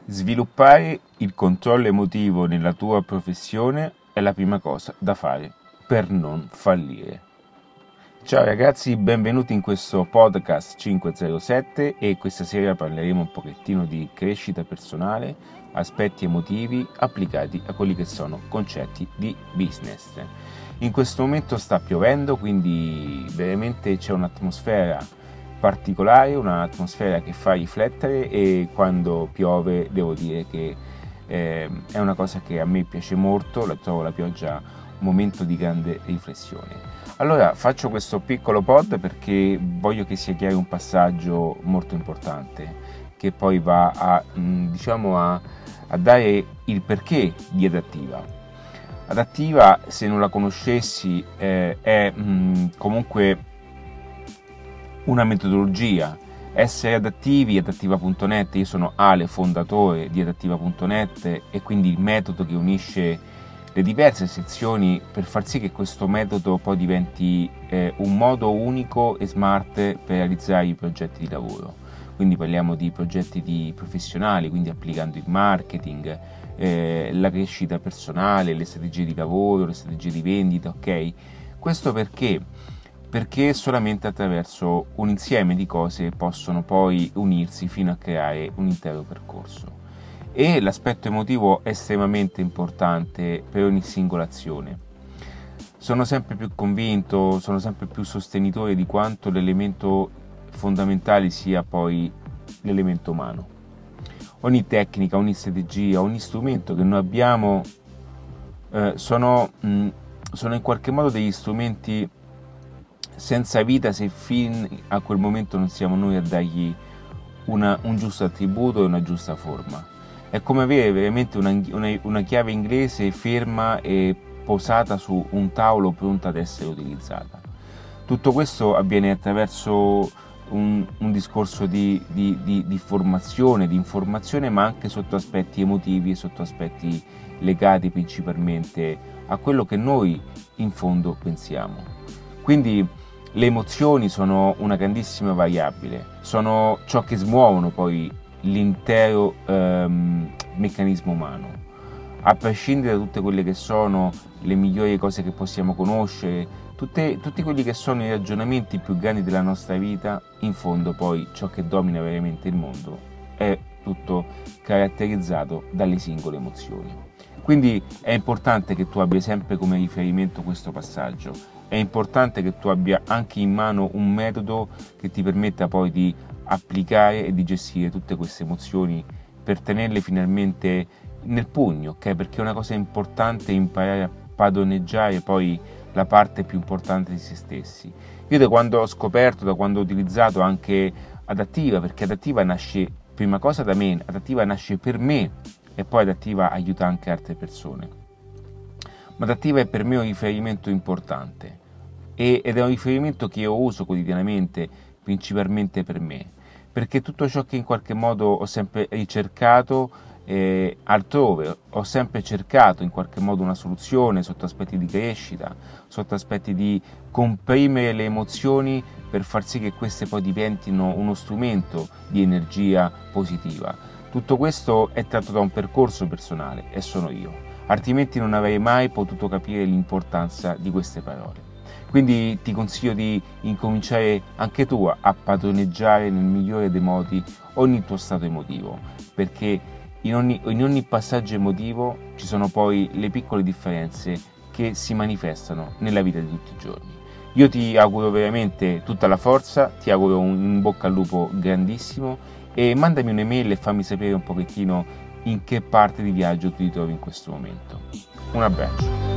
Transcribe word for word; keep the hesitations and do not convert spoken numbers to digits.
Sviluppare il controllo emotivo nella tua professione è la prima cosa da fare per non fallire. Ciao ragazzi, benvenuti in questo podcast cinquecentosette e questa sera parleremo un pochettino di crescita personale, aspetti emotivi applicati a quelli che sono concetti di business. In questo momento sta piovendo, quindi veramente c'è un'atmosfera particolare, un'atmosfera che fa riflettere, e quando piove devo dire che eh, è una cosa che a me piace molto, la trovo la pioggia un momento di grande riflessione. Allora faccio questo piccolo pod perché voglio che sia chiaro un passaggio molto importante che poi va a, diciamo a, a dare il perché di Adattiva. Adattiva, se non la conoscessi, eh, è mh, comunque una metodologia. Essere adattivi, adattiva punto net, io sono Ale, fondatore di adattiva punto net, e quindi il metodo che unisce le diverse sezioni per far sì che questo metodo poi diventi eh, un modo unico e smart per realizzare i progetti di lavoro. Quindi parliamo di progetti di professionali, quindi applicando il marketing, eh, la crescita personale, le strategie di lavoro, le strategie di vendita, ok? Questo perché? Perché solamente attraverso un insieme di cose possono poi unirsi fino a creare un intero percorso. E l'aspetto emotivo è estremamente importante per ogni singola azione. Sono sempre più convinto, sono sempre più sostenitore di quanto l'elemento fondamentale sia poi l'elemento umano. Ogni tecnica, ogni strategia, ogni strumento che noi abbiamo eh, sono, mh, sono in qualche modo degli strumenti senza vita se fin a quel momento non siamo noi a dargli una, un giusto attributo e una giusta forma. È come avere veramente una, una, una chiave inglese ferma e posata su un tavolo pronta ad essere utilizzata. Tutto questo avviene attraverso un, un discorso di, di, di, di formazione, di informazione, ma anche sotto aspetti emotivi e sotto aspetti legati principalmente a quello che noi in fondo pensiamo. Quindi le emozioni sono una grandissima variabile, sono ciò che smuovono poi l'intero ehm, meccanismo umano. A prescindere da tutte quelle che sono le migliori cose che possiamo conoscere, tutte, tutti quelli che sono i ragionamenti più grandi della nostra vita, in fondo poi ciò che domina veramente il mondo è tutto caratterizzato dalle singole emozioni. Quindi è importante che tu abbia sempre come riferimento questo passaggio. È importante che tu abbia anche in mano un metodo che ti permetta poi di applicare e di gestire tutte queste emozioni per tenerle finalmente nel pugno, ok? Perché è una cosa importante imparare a padroneggiare poi la parte più importante di se stessi. Io da quando ho scoperto, da quando ho utilizzato anche Adattiva, perché Adattiva nasce prima cosa da me, Adattiva nasce per me e poi Adattiva aiuta anche altre persone. Ma Adattiva è per me un riferimento importante ed è un riferimento che io uso quotidianamente principalmente per me, perché tutto ciò che in qualche modo ho sempre ricercato eh, altrove, ho sempre cercato in qualche modo una soluzione sotto aspetti di crescita, sotto aspetti di comprimere le emozioni per far sì che queste poi diventino uno strumento di energia positiva. Tutto questo è tratto da un percorso personale e sono io, altrimenti non avrei mai potuto capire l'importanza di queste parole. Quindi ti consiglio di incominciare anche tu a padroneggiare nel migliore dei modi ogni tuo stato emotivo, perché in ogni, in ogni passaggio emotivo ci sono poi le piccole differenze che si manifestano nella vita di tutti i giorni. Io ti auguro veramente tutta la forza, ti auguro un in bocca al lupo grandissimo, e mandami un'email e fammi sapere un pochettino in che parte di viaggio tu ti trovi in questo momento. Un abbraccio.